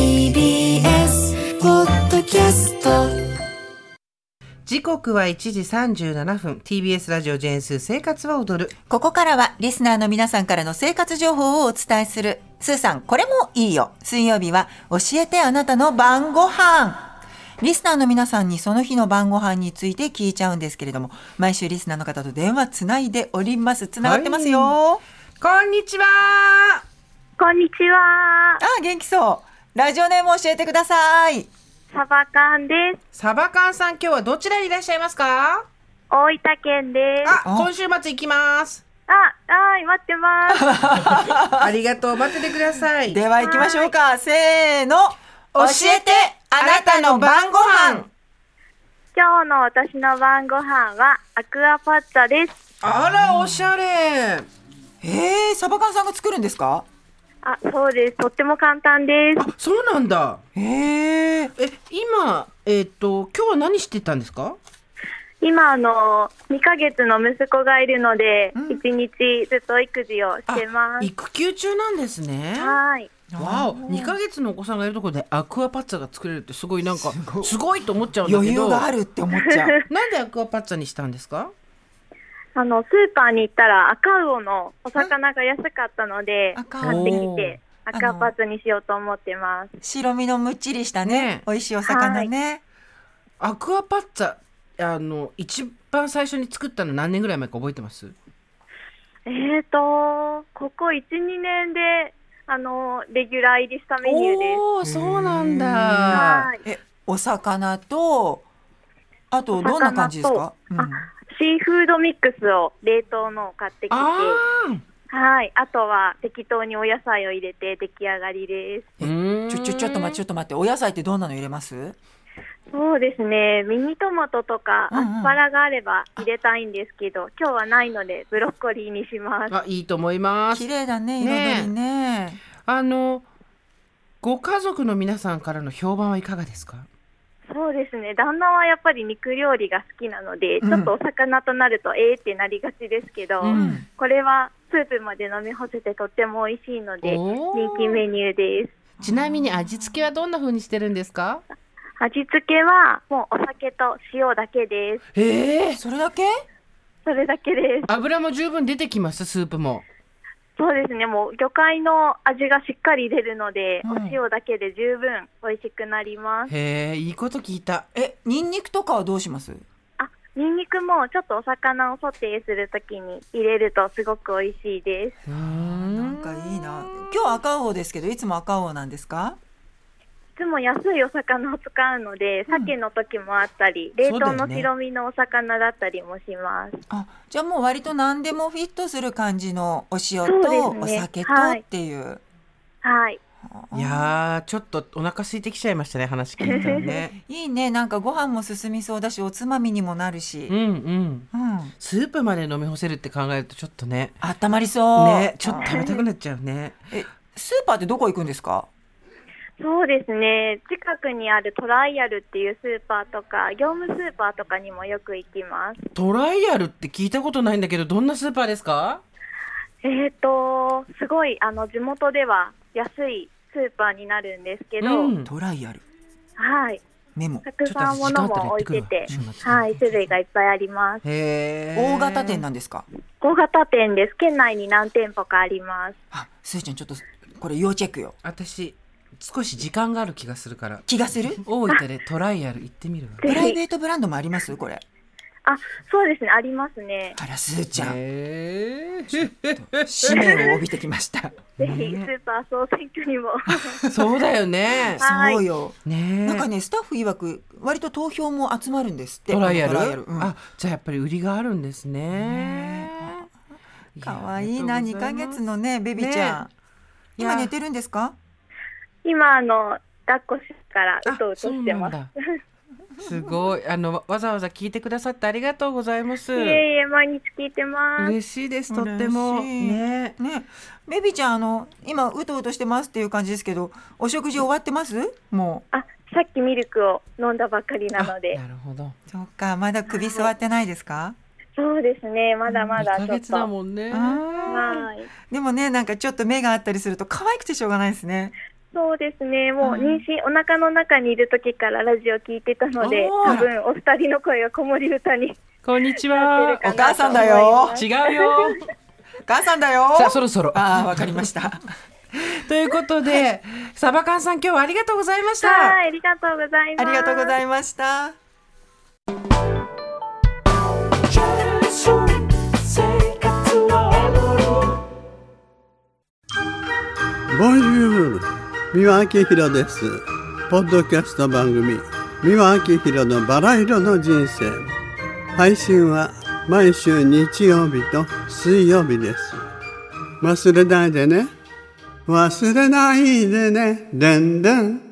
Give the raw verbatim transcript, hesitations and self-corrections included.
ービーエス ポッドキャスト。 時刻はいちじさんじゅうななふん。 ティービーエス ラジオジェーンスー生活は踊る。 ここからはリスナーの皆さんからの生活情報をお伝えするスーさんこれもいいよ。水曜日は教えてあなたの晩ご飯。リスナーの皆さんにその日の晩ご飯について聞いちゃうんですけれども、毎週リスナーの方と電話つないでおります。つながってますよ、はい、 こんにちは。 こんにちは。 あ、元気そう。ラジオネーム教えてください。 サバカンです。 サバカンさん、今日はどちらにいらっしゃいますか？ 大分県です。 あ、今週末行きます。 あ、はい、待ってますありがとう、待っててください。 では行きましょうか。せーの、教えてあなたの晩ご飯。 今日の私の晩ご飯はアクアパッツァです。 あら、おしゃれ。 えー、サバカンさんが作るんですか？ あ、そうです。とっても簡単です。 あ、そうなんだ。 へえ。 え、今、えっと、今日は何してたんですか？ 今、あの、にかげつの息子がいるので、うん、いちにちずっと育児をしてます。 育休中なんですね。 はい。 わお、にかげつのお子さんがいるところでアクアパッツァが作れるってすごいなんかすごいと思っちゃうんだけど、 余裕があるって思っちゃうなんでアクアパッツァにしたんですか？ あのスーパーに行ったら赤魚のお魚が安かったので買ってきてアクアパッツァにしようと思ってます。 白身のむっちりしたね、ね、美味しいお魚ね、 はい、アクアパッツァ、あの一番最初に作ったの何年ぐらい前か覚えてます？ えーとここ いちにねんであのレギュラー入りしたメニューです。 おー、そうなんだ。 はい。 え、お魚とあとどんな感じですか？ うん、あ、シーフードミックスを冷凍のを買ってきて、 あ、 はい、あとは適当にお野菜を入れて出来上がりです。 え、ちょちょちょっと待ってちょっと待って、お野菜ってどんなの入れます？ そうですね、ミニトマトとかアスパラがあれば入れたいんですけど、うんうん、今日はないのでブロッコリーにします。 あ、いいと思います。 綺麗だね、彩り ね, ね。 あのご家族の皆さんからの評判はいかがですか？ そうですね、旦那はやっぱり肉料理が好きなので、うん、ちょっとお魚となるとえーってなりがちですけど、うん、これはスープまで飲み干せてとっても美味しいので人気メニューです。 ちなみに味付けはどんな風にしてるんですか？ 味付けはもうお酒と塩だけです。 えー、 それだけ？ それだけです。 油も十分出てきます？スープも。 そうですね、もう魚介の味がしっかり出るので、うん、お塩だけで十分美味しくなります。 へー、いいこと聞いた。 え、ニンニクとかはどうします？ あ、ニンニクもちょっとお魚をソテーするときに入れるとすごく美味しいです。 うーん、なんかいいな。今日赤魚ですけど、いつも赤魚なんですか？ いつも安いお魚を使うので、鮭の時もあったり、うん、冷凍の白身のお魚だったりもします。 あ、じゃあもう割と何でもフィットする感じのお塩とお酒とっていう。 はい。 いやー、ちょっとお腹空いてきちゃいましたね、話聞いたらね。 いいね、なんかご飯も進みそうだし、おつまみにもなるし、 うんうん、うん、スープまで飲み干せるって考えるとちょっとね、 あったまりそうね、ちょっと食べたくなっちゃうね。 え、スーパーってどこ行くんですか？ そうですね、近くにあるトライアルっていうスーパーとか業務スーパーとかにもよく行きます。 トライアルって聞いたことないんだけど、どんなスーパーですか？ えーとすごいあの地元では安いスーパーになるんですけど、うん、 トライアル、 はい、 メモ、 たくさんものも置いてて、はい、種類がいっぱいあります。 へー、大型店なんですか？ 大型店です。県内に何店舗かあります。 あ、すーちゃんちょっとこれ要チェックよ。 私少し時間がある気がするから。 気がする？ 大分でトライアル行ってみるわ。 プライベートブランドもありますこれ？ あ、そうですね、ありますね。 あら、すーちゃん、 えー、 ちょっと使命を帯びてきましたぜひスーパー総選挙にもそうだよね。 そうよ、 ね、 なんかね、スタッフ曰く割と投票も集まるんですって。 トライアル、 トライアル、うん、 あ、じゃあやっぱり売りがあるんですね。 かわいいな、にかげつのねベビちゃん、ね、今寝てるんですか？ 今あの抱っこしからうとうとしてます。 すごい、あのわざわざ聞いてくださってありがとうございます。 いえいえ、毎日聞いてます。 嬉しいです、とってもね。 ね、ベビちゃん、あの今うとうとしてますっていう感じですけど、お食事終わってます？もう、あ、さっきミルクを飲んだばかりなので。 なるほど。 そうか、まだ首座ってないですか？ そうですね、まだまだちょっと。にかげつだもんね。 はい。 でもね、なんかちょっと目があったりすると可愛くてしょうがないですね。 そうですね、もう妊娠、お腹の中にいる時からラジオ聞いてたので、多分お二人の声が子守歌にこんにちは。 お母さんだよ。 違うよ。 お母さんだよ。 さあそろそろ。 ああ、わかりました。 ということで、サバ缶さん今日はありがとうございました。 はい、ありがとうございます。 ありがとうございました。 ボンジュール、三輪明宏です。ポッドキャスト番組三輪明宏のバラ色の人生、配信は毎週日曜日と水曜日です。忘れないでね、忘れないでね、でんでん。